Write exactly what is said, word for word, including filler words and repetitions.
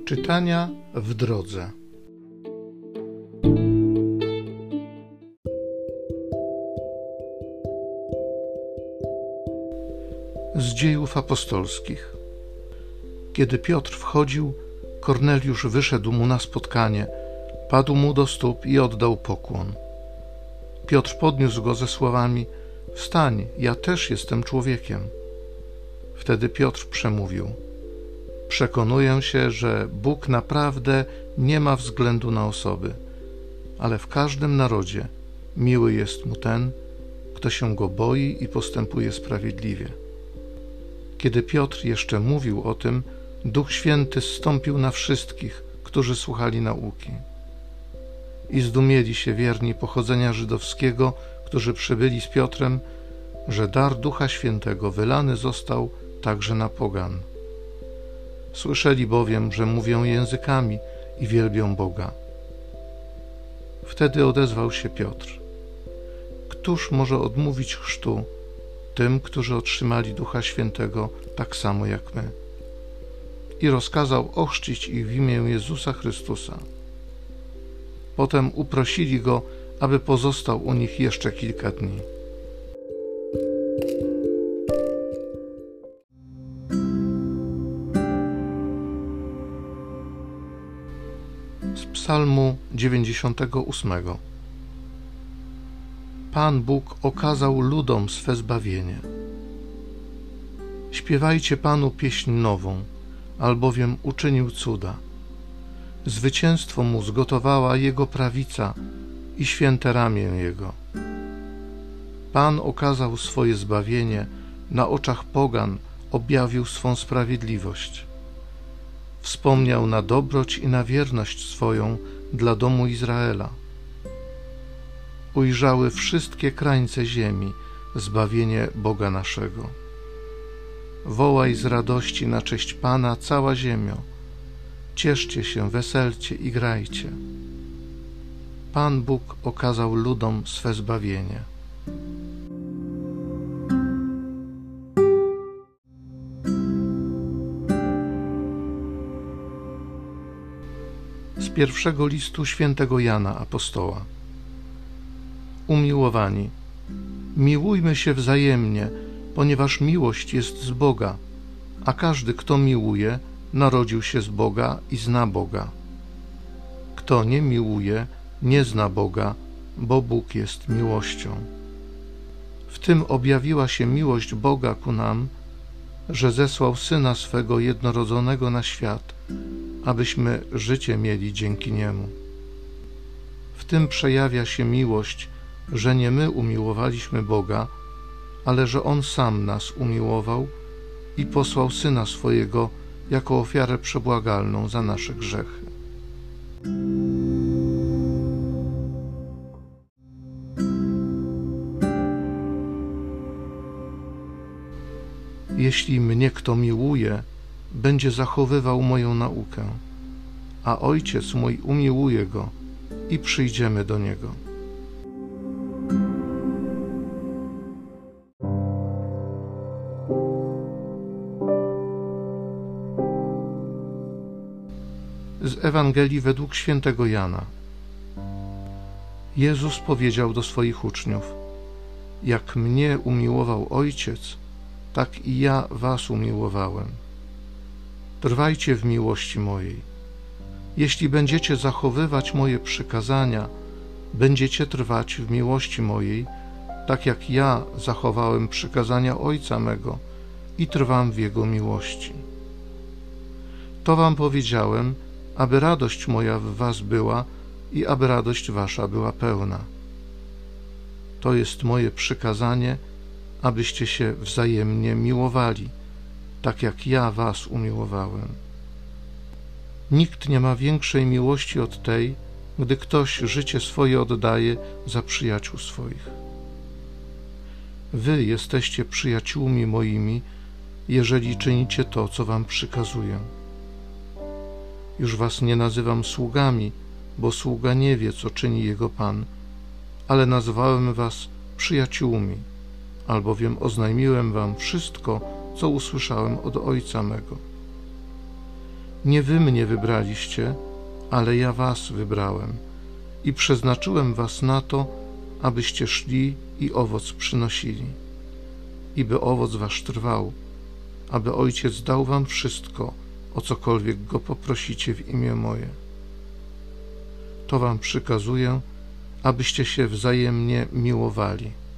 Czytania w drodze. Z Dziejów Apostolskich. Kiedy Piotr wchodził, Korneliusz wyszedł mu na spotkanie, padł mu do stóp i oddał pokłon. Piotr podniósł go ze słowami: „Wstań, ja też jestem człowiekiem”. Wtedy Piotr przemówił: „Przekonuję się, że Bóg naprawdę nie ma względu na osoby, ale w każdym narodzie miły jest mu ten, kto się go boi i postępuje sprawiedliwie”. Kiedy Piotr jeszcze mówił o tym, Duch Święty zstąpił na wszystkich, którzy słuchali nauki. I zdumieli się wierni pochodzenia żydowskiego, którzy przybyli z Piotrem, że dar Ducha Świętego wylany został także na pogan. Słyszeli bowiem, że mówią językami i wielbią Boga. Wtedy odezwał się Piotr: „Któż może odmówić chrztu tym, którzy otrzymali Ducha Świętego tak samo jak my?” I rozkazał ochrzcić ich w imię Jezusa Chrystusa. Potem uprosili go, aby pozostał u nich jeszcze kilka dni. Z Psalmu dziewięćdziesiątego ósmego. Pan Bóg okazał ludom swe zbawienie. Śpiewajcie Panu pieśń nową, albowiem uczynił cuda. Zwycięstwo mu zgotowała Jego prawica i święte ramię Jego. Pan okazał swoje zbawienie, na oczach pogan objawił swą sprawiedliwość. Wspomniał na dobroć i na wierność swoją dla domu Izraela. Ujrzały wszystkie krańce ziemi zbawienie Boga naszego. Wołaj z radości na cześć Pana cała ziemio. Cieszcie się, weselcie i grajcie. Pan Bóg okazał ludom swe zbawienie. Z pierwszego listu świętego Jana Apostoła. Umiłowani, miłujmy się wzajemnie, ponieważ miłość jest z Boga, a każdy, kto miłuje, narodził się z Boga i zna Boga. Kto nie miłuje, nie zna Boga, bo Bóg jest miłością. W tym objawiła się miłość Boga ku nam, że zesłał Syna swego jednorodzonego na świat, abyśmy życie mieli dzięki Niemu. W tym przejawia się miłość, że nie my umiłowaliśmy Boga, ale że On sam nas umiłował i posłał Syna swojego jako ofiarę przebłagalną za nasze grzechy. Jeśli mnie kto miłuje, będzie zachowywał moją naukę, a Ojciec mój umiłuje go i przyjdziemy do Niego. Z Ewangelii według świętego Jana. Jezus powiedział do swoich uczniów: „Jak mnie umiłował Ojciec, tak i ja was umiłowałem. Trwajcie w miłości mojej. Jeśli będziecie zachowywać moje przykazania, będziecie trwać w miłości mojej, tak jak ja zachowałem przykazania Ojca mego i trwam w Jego miłości. To wam powiedziałem, aby radość moja w was była i aby radość wasza była pełna. To jest moje przykazanie, abyście się wzajemnie miłowali, tak jak ja was umiłowałem. Nikt nie ma większej miłości od tej, gdy ktoś życie swoje oddaje za przyjaciół swoich. Wy jesteście przyjaciółmi moimi, jeżeli czynicie to, co wam przykazuję. Już was nie nazywam sługami, bo sługa nie wie, co czyni jego Pan, ale nazwałem was przyjaciółmi, albowiem oznajmiłem wam wszystko, co usłyszałem od Ojca mego. Nie wy mnie wybraliście, ale ja was wybrałem i przeznaczyłem was na to, abyście szli i owoc przynosili, i by owoc wasz trwał, aby Ojciec dał wam wszystko, o cokolwiek Go poprosicie w imię moje. To wam przykazuję, abyście się wzajemnie miłowali.